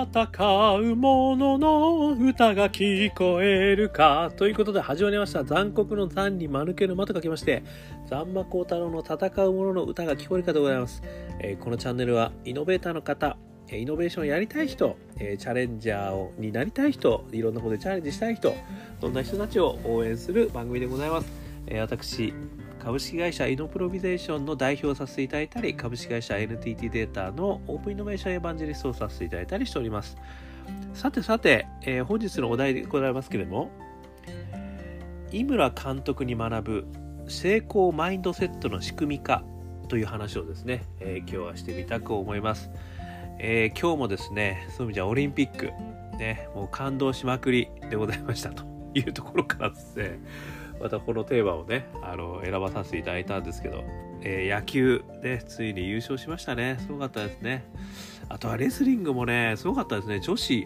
戦う者の歌が聞こえるかということで始まりました。残酷の残に間抜けの間と書きまして残馬光太郎の戦う者の歌が聞こえるかでございます。このチャンネルはイノベーターの方、イノベーションやりたい人、チャレンジャーになりたい人、いろんなことでチャレンジしたい人、そんな人たちを応援する番組でございます。私株式会社イノプロビゼーションの代表をさせていただいたり、株式会社 NTT データのオープンイノベーションエヴァンジェリストをさせていただいたりしております。さて、本日のお題でございますけれども、井村監督に学ぶ成功マインドセットの仕組み化という話をですね、今日はしてみたく思います。今日もですね、そういう意味じゃオリンピック、ね、もう感動しまくりでございましたというところからですね、またこのテーマをね選ばさせていただいたんですけど、野球ねついに優勝しましたね。すごかったですね。あとはレスリングもねすごかったですね。女子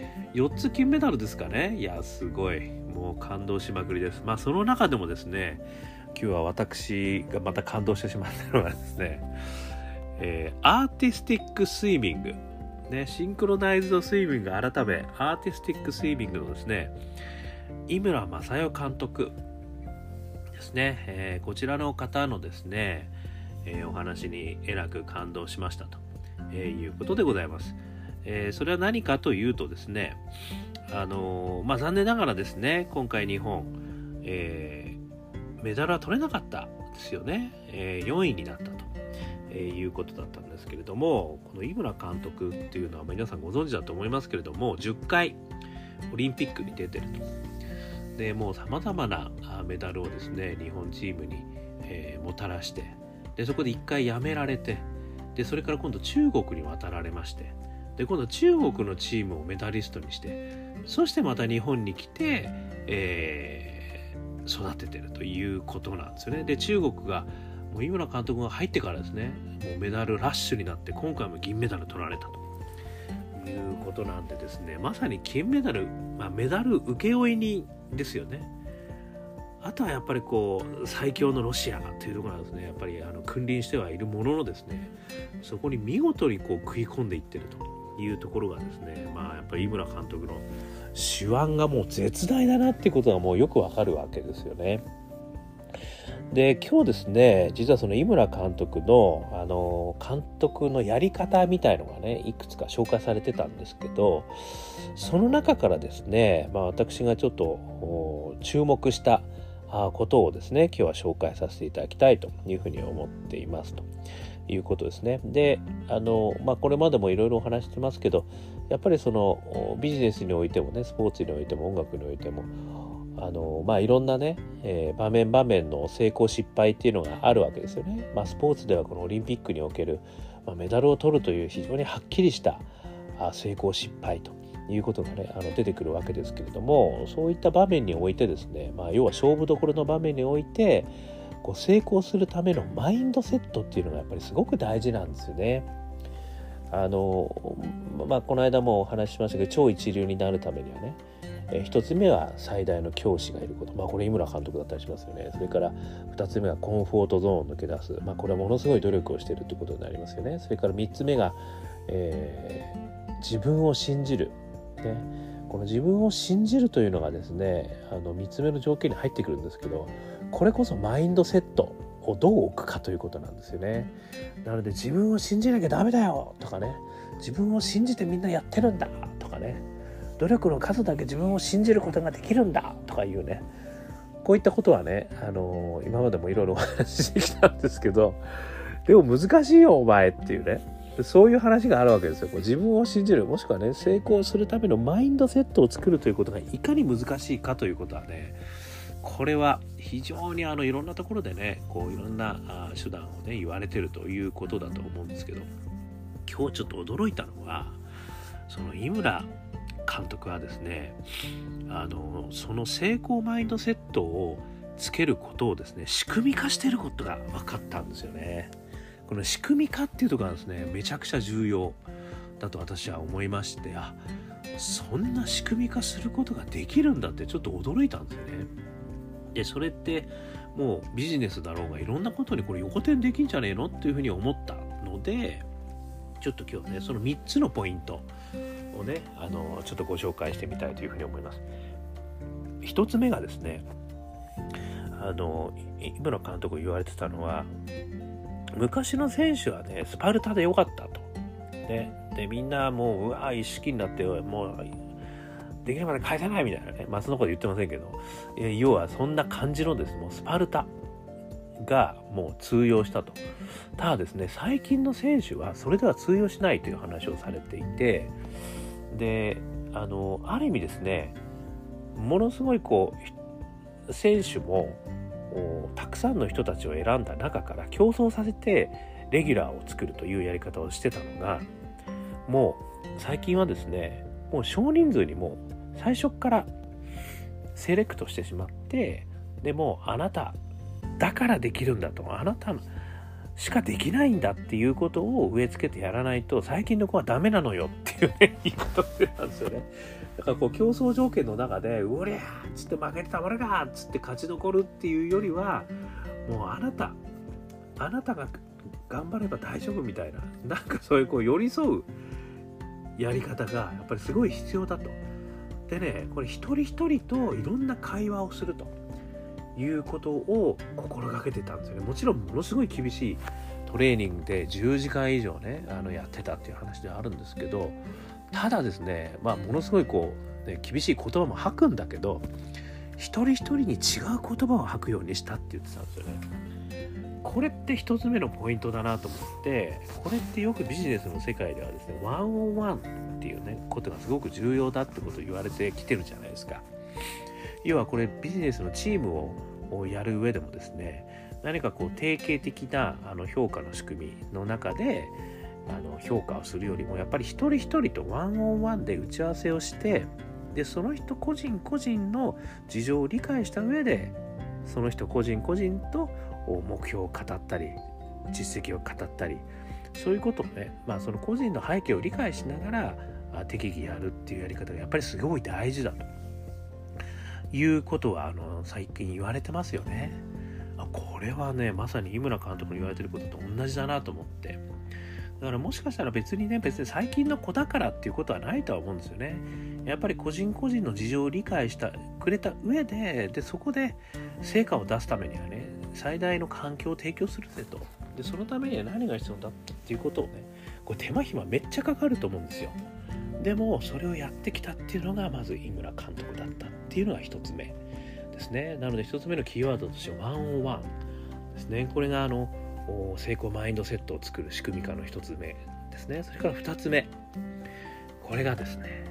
4つ金メダルですかね。いやすごい、もう感動しまくりです。その中でもですね、今日は私がまた感動してしまったのがですね、アーティスティックスイミングね、シンクロナイズドスイミング改めアーティスティックスイミングのですね、井村雅代監督ですね、こちらの方のですね、お話にえらく感動しましたと、いうことでございます。それは何かというとですね、残念ながらですね、今回日本、メダルは取れなかったですよね。4位になったと、いうことだったんですけれども、この井村監督っていうのは皆さんご存知だと思いますけれども、10回オリンピックに出てると。でもうさまざまなメダルをですね日本チームに、もたらして、でそこで1回やめられて、でそれから今度中国に渡られまして、で今度中国のチームをメダリストにして、そしてまた日本に来て、育ててるということなんですよね。で中国がもう井村監督が入ってからですね、もうメダルラッシュになって今回も銀メダル取られたということなんでですね、まさに金メダル、メダル請負人ですよね。あとはやっぱりこう最強のロシアというところなんですね。やっぱり君臨してはいるもののですね、そこに見事にこう食い込んでいってるというところがですね、やっぱり井村監督の手腕がもう絶大だなっていうことがもうよくわかるわけですよね。で今日ですね、実はその井村監督の監督のやり方みたいのがねいくつか紹介されてたんですけど、その中からですね、私がちょっと注目したことをですね今日は紹介させていただきたいというふうに思っていますということですね。でこれまでもいろいろお話してますけど、やっぱりそのビジネスにおいてもね、スポーツにおいても音楽においてもいろんなね、場面の成功失敗っていうのがあるわけですよね。スポーツではこのオリンピックにおける、メダルを取るという非常にはっきりした成功失敗ということがね出てくるわけですけれども、そういった場面においてですね、要は勝負どころの場面においてこう成功するためのマインドセットっていうのがやっぱりすごく大事なんですよね。この間もお話ししましたけど、超一流になるためにはね、一つ目は最大の教師がいること、これ井村監督だったりしますよね。それから二つ目はコンフォートゾーンを抜け出す、これはものすごい努力をしているということになりますよね。それから三つ目が、自分を信じる、ね、この自分を信じるというのがですね三つ目の条件に入ってくるんですけど、これこそマインドセットをどう置くかということなんですよね。なので自分を信じなきゃダメだよとかね、自分を信じてみんなやってるんだとかね、努力の数だけ自分を信じることができるんだとかいうね、こういったことはね、今までもいろいろお話ししてきたんですけど、でも難しいよお前っていうね、そういう話があるわけですよ。こう自分を信じる、もしくはね成功するためのマインドセットを作るということがいかに難しいかということはね、これは非常にいろんなところでねこういろんな手段をね言われてるということだと思うんですけど、今日ちょっと驚いたのは、その井村監督はですねその成功マインドセットをつけることをですね仕組み化していることが分かったんですよね。この仕組み化っていうところがですねめちゃくちゃ重要だと私は思いまして、そんな仕組み化することができるんだってちょっと驚いたんですよね。でそれってもうビジネスだろうがいろんなことにこれ横転できんじゃねえのっていうふうに思ったので、ちょっと今日ねその3つのポイントをねちょっとご紹介してみたいというふうに思います。一つ目がですね、井村監督言われてたのは、昔の選手はねスパルタで良かったと、ね、でみんなもう一式になってもうできれば返せないみたいなね、そのこと言ってませんけど、要はそんな感じのですもうスパルタがもう通用したと。ただですね、最近の選手はそれでは通用しないという話をされていて、である意味ですね、ものすごい選手もたくさんの人たちを選んだ中から競争させてレギュラーを作るというやり方をしてたのが、もう最近はですね、もう少人数にも最初からセレクトしてしまって、でもあなただからできるんだと、あなたしかできないんだっていうことを植え付けてやらないと最近の子はダメなのよっていうね言い方をしてたんですよね。だから競争条件の中でうりゃーっつって負けてたまるかっつって勝ち残るっていうよりは、もうあなたが頑張れば大丈夫みたいな、なんかそういう寄り添うやり方がやっぱりすごい必要だと。でね、これ一人一人といろんな会話をするということを心がけてたんですよね。もちろんものすごい厳しいトレーニングで10時間以上ねやってたっていう話ではあるんですけど、ただですね、ものすごい厳しい言葉も吐くんだけど、一人一人に違う言葉を吐くようにしたって言ってたんですよね。これって一つ目のポイントだなと思って、これってよくビジネスの世界ではですね、ワンオンワンっていうねことがすごく重要だってことを言われてきてるじゃないですか。要はこれビジネスのチームをやる上でもですね、何か定型的な評価の仕組みの中で評価をするよりも、やっぱり一人一人とワンオンワンで打ち合わせをして、でその人個人個人の事情を理解した上で、その人個人個人と目標を語ったり実績を語ったり、そういうことをね、その個人の背景を理解しながら適宜やるっていうやり方がやっぱりすごい大事だということは最近言われてますよね。これはね、まさに井村監督の言われてることと同じだなと思って、だからもしかしたら別に最近の子だからっていうことはないとは思うんですよね。やっぱり個人個人の事情を理解してくれた上で、そこで成果を出すためにはね、最大の環境を提供するぜと。でそのためには何が必要だっていうことをね、これ手間暇めっちゃかかると思うんですよ。でもそれをやってきたっていうのがまず井村監督だったっていうのが一つ目ですね。なので一つ目のキーワードとしてワンオンワンですね。これが成功マインドセットを作る仕組み化の一つ目ですね。それから二つ目、これがですね、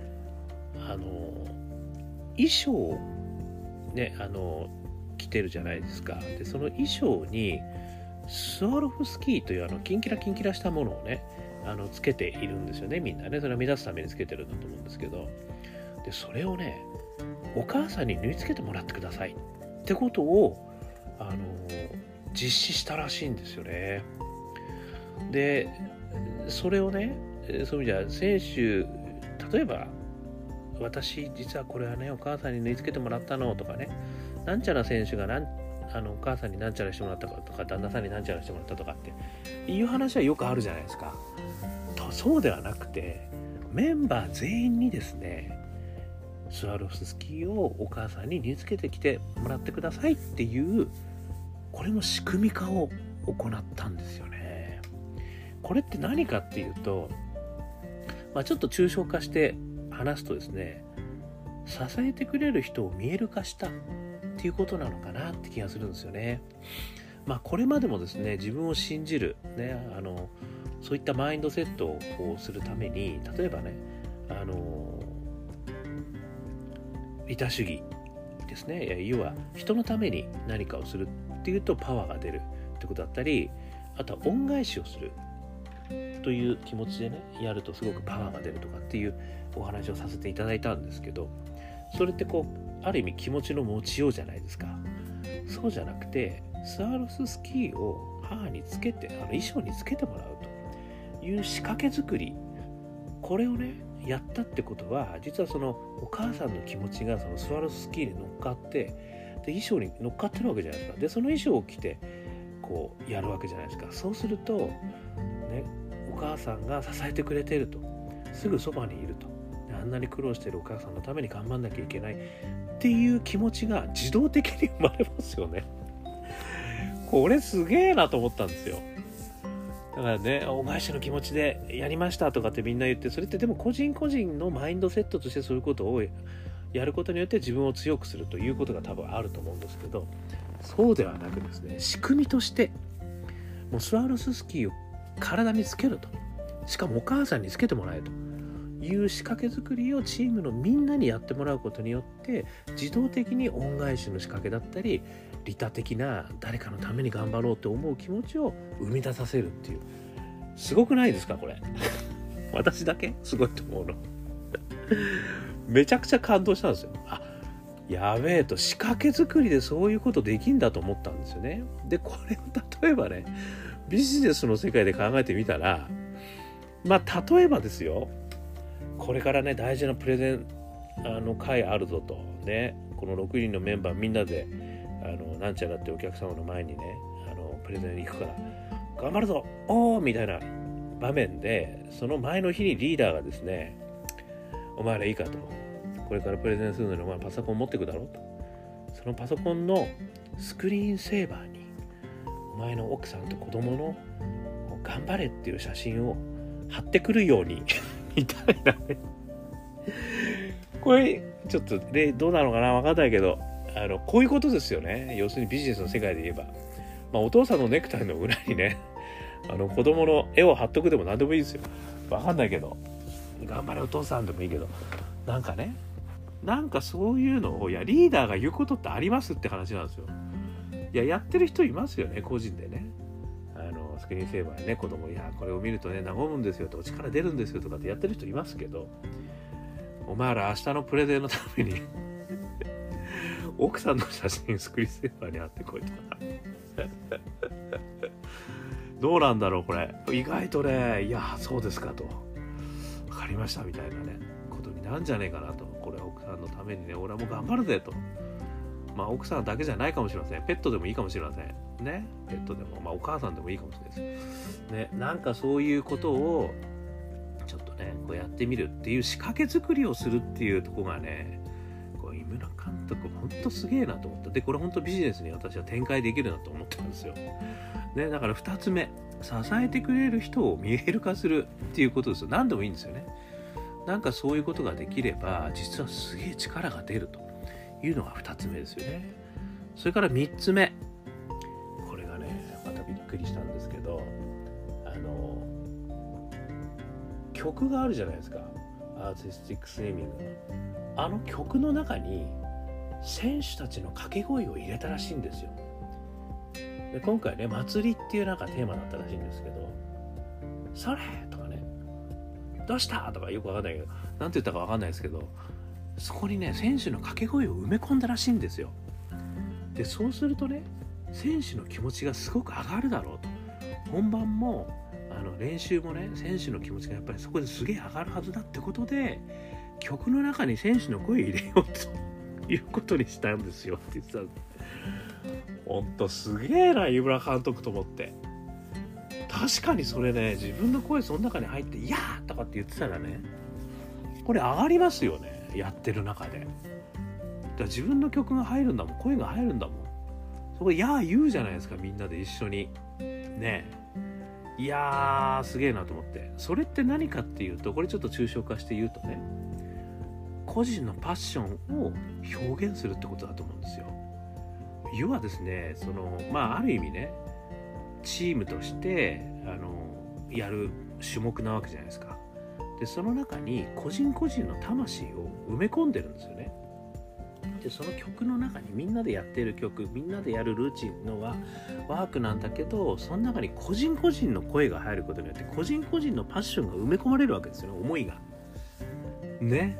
衣装をね着てるじゃないですか。でその衣装にスワロフスキーというキンキラキンキラしたものをねつけているんですよね。みんなね、それを目指すためにつけてるんだと思うんですけど、でそれをねお母さんに縫い付けてもらってくださいってことを実施したらしいんですよね。でそれをね、そういう意味じゃ選手、例えば私実はこれはねお母さんに縫い付けてもらったのとかね、なんちゃら選手がお母さんになんちゃらしてもらったとか旦那さんになんちゃらしてもらったとかっていう話はよくあるじゃないですか。そうではなくて、メンバー全員にですねスワロフスキーをお母さんに身につけてきてもらってくださいっていう、これも仕組み化を行ったんですよね。これって何かっていうと、ちょっと抽象化して話すとですね、支えてくれる人を見える化したっていうことなのかなって気がするんですよね。これまでもですね、自分を信じるね、そういったマインドセットをするために、例えばね、利他主義ですね。要は人のために何かをするっていうとパワーが出るってことだったり、あとは恩返しをするという気持ちでねやるとすごくパワーが出るとかっていうお話をさせていただいたんですけど、それってある意味気持ちの持ちようじゃないですか。そうじゃなくて、スワロフスキーを母につけて衣装につけてもらうという仕掛け作り、これをねやったってことは、実はそのお母さんの気持ちがそのスワロフスキーに乗っかって、で衣装に乗っかってるわけじゃないですか。でその衣装を着てやるわけじゃないですか。そうするとね、お母さんが支えてくれてると、 すぐそばにいると、あんなに苦労してるお母さんのために頑張んなきゃいけないっていう気持ちが自動的に生まれますよね。これすげえなと思ったんですよ。だからね、恩返しの気持ちでやりましたとかってみんな言って、それってでも個人個人のマインドセットとしてそういうことをやることによって自分を強くするということが多分あると思うんですけど、そうではなくですね、仕組みとしてもうスワロフスキーを体につけると、しかもお母さんにつけてもらえという仕掛け作りをチームのみんなにやってもらうことによって、自動的に恩返しの仕掛けだったり利他的な誰かのために頑張ろうと思う気持ちを生み出させるっていう、すごくないですかこれ。私だけすごいと思うの。めちゃくちゃ感動したんですよ。あ、やべえと、仕掛け作りでそういうことできんだと思ったんですよね。でこれを例えばね、ビジネスの世界で考えてみたら、まあ例えばですよ、これからね大事なプレゼン会あるぞとね、この6人のメンバーみんなでなんちゃらってお客様の前にねプレゼンに行くから頑張るぞおーみたいな場面で、その前の日にリーダーがですね、お前らいいかと、これからプレゼンするのにお前パソコン持ってくだろうと、そのパソコンのスクリーンセーバーにお前の奥さんと子供の頑張れっていう写真を貼ってくるようにみたいなね。これちょっとどうなのかな分かんないけど、こういうことですよね。要するにビジネスの世界で言えば、まあ、お父さんのネクタイの裏にね子供の絵を貼っとくでも何でもいいですよ。分かんないけど、頑張れお父さんでもいいけど、なんかね、なんかそういうのを、いやリーダーが言うことってありますって話なんですよ。いややってる人いますよね、個人でね。スクリーンセーバーでね、子供、いやこれを見るとね和むんですよと、力出るんですよとかってやってる人いますけど、お前ら明日のプレゼンのために奥さんの写真スクリーンセーバーに貼ってこいとかどうなんだろうこれ。意外とね、いやそうですかと、分かりましたみたいなねことになるんじゃねえかなと。これは奥さんのためにね俺はもう頑張るぜと。まあ奥さんだけじゃないかもしれません、ペットでもいいかもしれませんね、ペットでも、まあお母さんでもいいかもしれないですね。なんかそういうことをちょっとねこうやってみるっていう仕掛け作りをするっていうところがね、こう井村監督ほんとすげえなと思った。でこれほんとビジネスに私は展開できるなと思ったんですよね。だから2つ目、支えてくれる人を見える化するっていうことですよ。何でもいいんですよね。なんかそういうことができれば実はすげえ力が出るというのが2つ目ですよね。それから3つ目、これがねまたびっくりしたんですけど、曲があるじゃないですか、アーティスティックスイミングの曲の中に選手たちの掛け声を入れたらしいんですよ。で今回ね祭りっていうなんかテーマだったらしいんですけど、それとかね、どうしたとかよくわかんないけど、なんて言ったかわかんないですけど、そこにね選手の掛け声を埋め込んだらしいんですよ。でそうするとね選手の気持ちがすごく上がるだろうと、本番も練習もね選手の気持ちがやっぱりそこですげえ上がるはずだってことで、曲の中に選手の声を入れようということにしたんですよって言ってた。ほんとすげえな井村監督と思って。確かにそれね、自分の声その中に入っていやーとかって言ってたらね、これ上がりますよね、やってる中で。だから自分の曲が入るんだもん、声が入るんだもん。そこでやー言うじゃないですか、みんなで一緒にね。いやーすげえなと思って。それって何かっていうと、これちょっと抽象化して言うとね、個人のパッションを表現するってことだと思うんですよ。要はですね、ある意味ね、チームとしてやる種目なわけじゃないですか。でその中に個人個人の魂を埋め込んでるんですよね。でその曲の中にみんなでやってる曲、みんなでやるルーチンのワークなんだけど、その中に個人個人の声が入ることによって個人個人のパッションが埋め込まれるわけですよね、思いがね。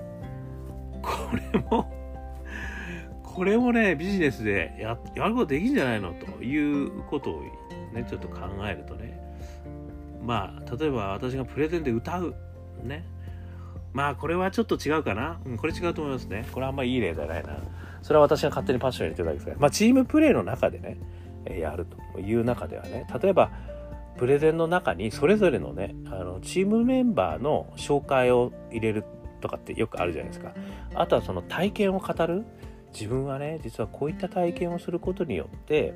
これもねビジネスでやることできるんじゃないのということをねちょっと考えるとね、まあ例えば私がプレゼンで歌うね、まあこれはちょっと違うかな、これ違うと思いますね。これはあんまりいい例じゃないな。それは私が勝手にパッション入れてるだけですから、チームプレーの中でねやるという中ではね、例えばプレゼンの中にそれぞれのねチームメンバーの紹介を入れるとかってよくあるじゃないですか。あとはその体験を語る、自分はね実はこういった体験をすることによって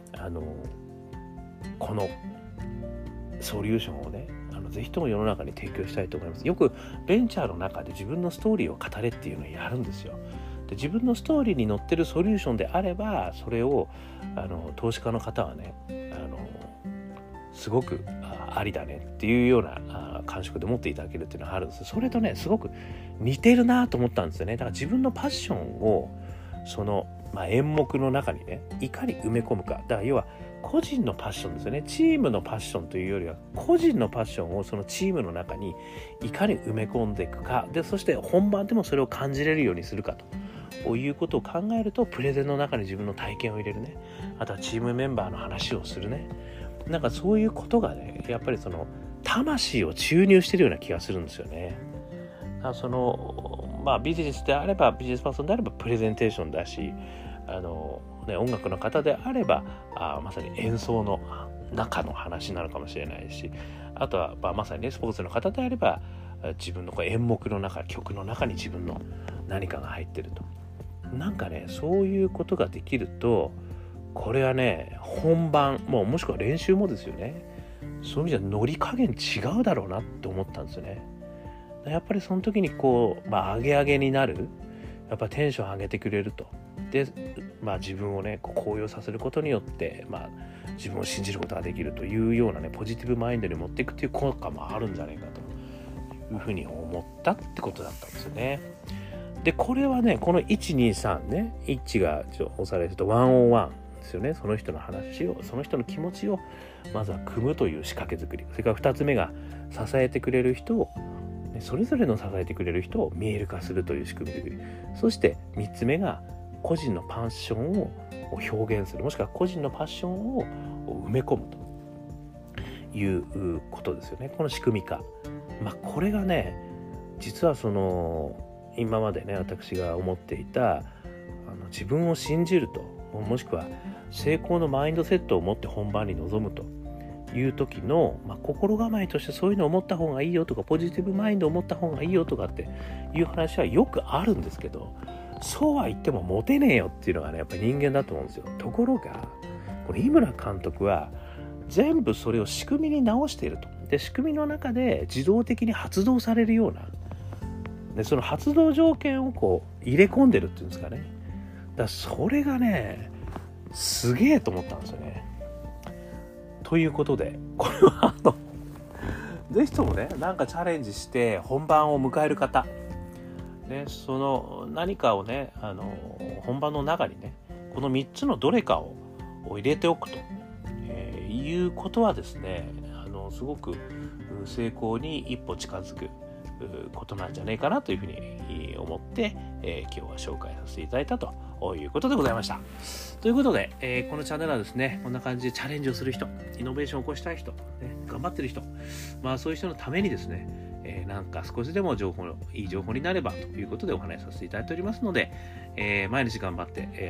このソリューションをねぜひとも世の中に提供したいと思います。よくベンチャーの中で自分のストーリーを語れっていうのをやるんですよ。で自分のストーリーに載ってるソリューションであればそれを投資家の方はねすごくありだねっていうような感触で持っていただけるっていうのがあるんです。それとねすごく似てるなと思ったんですよね。だから自分のパッションをその、演目の中にねいかに埋め込むか。だから要は個人のパッションですよね。チームのパッションというよりは個人のパッションをそのチームの中にいかに埋め込んでいくかで、そして本番でもそれを感じれるようにするかということを考えると、プレゼンの中に自分の体験を入れるね、あとはチームメンバーの話をするね、なんかそういうことがねやっぱりその魂を注入してるような気がするんですよね。そのビジネスであればビジネスパーソンであればプレゼンテーションだし、音楽の方であればまさに演奏の中の話なのかもしれないし、あとはまさにねスポーツの方であれば自分の演目の中、曲の中に自分の何かが入ってると。なんかねそういうことができると、これはね本番もしくは練習もですよね、そういう意味じゃノリ加減違うだろうなって思ったんですよね。やっぱりその時にこう上げ上げになる、やっぱテンション上げてくれると。で自分をね高揚させることによって自分を信じることができるというようなねポジティブマインドに持っていくという効果もあるんじゃないかというふうに思ったってことだったんですよね。でこれはねこの123ね、1が押されると101ですよね。その人の話を、その人の気持ちをまずは組むという仕掛け作り、それから2つ目が支えてくれる人を、それぞれの支えてくれる人を見える化するという仕組み作り、そして3つ目が個人のパッションを表現する、もしくは個人のパッションを埋め込むということですよね。この仕組み化、これがね実はその今までね私が思っていた自分を信じると、もしくは成功のマインドセットを持って本番に臨むという時の、心構えとしてそういうのを持った方がいいよとか、ポジティブマインドを持った方がいいよとかっていう話はよくあるんですけど、そうは言ってもモテねえよっていうのがねやっぱり人間だと思うんですよ。ところがこれ井村監督は全部それを仕組みに直していると。で仕組みの中で自動的に発動されるような、でその発動条件を入れ込んでるっていうんですかね。だからそれがねすげえと思ったんですよね。ということでこれはぜひともねなんかチャレンジして本番を迎える方ね、その何かをね本番の中にねこの3つのどれかを入れておくと、いうことはですねすごく成功に一歩近づくことなんじゃないかなというふうに思って、今日は紹介させていただいたということでございました。ということで、このチャンネルはですねこんな感じでチャレンジをする人、イノベーションを起こしたい人、頑張ってる人、そういう人のためにですねなんか少しでもいい情報になればということでお話しさせていただいておりますので、毎日頑張って、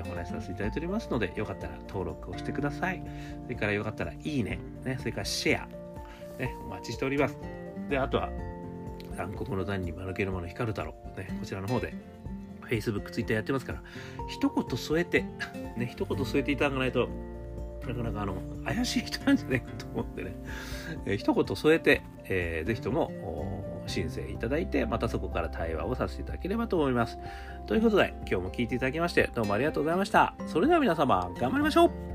お話しさせていただいておりますので、よかったら登録をしてください。それからよかったらいいね、それからシェア、お待ちしております。であとは暗黒の段に丸けるもの光る太郎、こちらの方で Facebook、Twitter やってますから、一言添えて一言添えていただかないとなかなか怪しい人なんじゃないかと思うんでね、一言添えて、ぜひとも申請いただいて、またそこから対話をさせていただければと思います。ということで今日も聞いていただきましてどうもありがとうございました。それでは皆様頑張りましょう。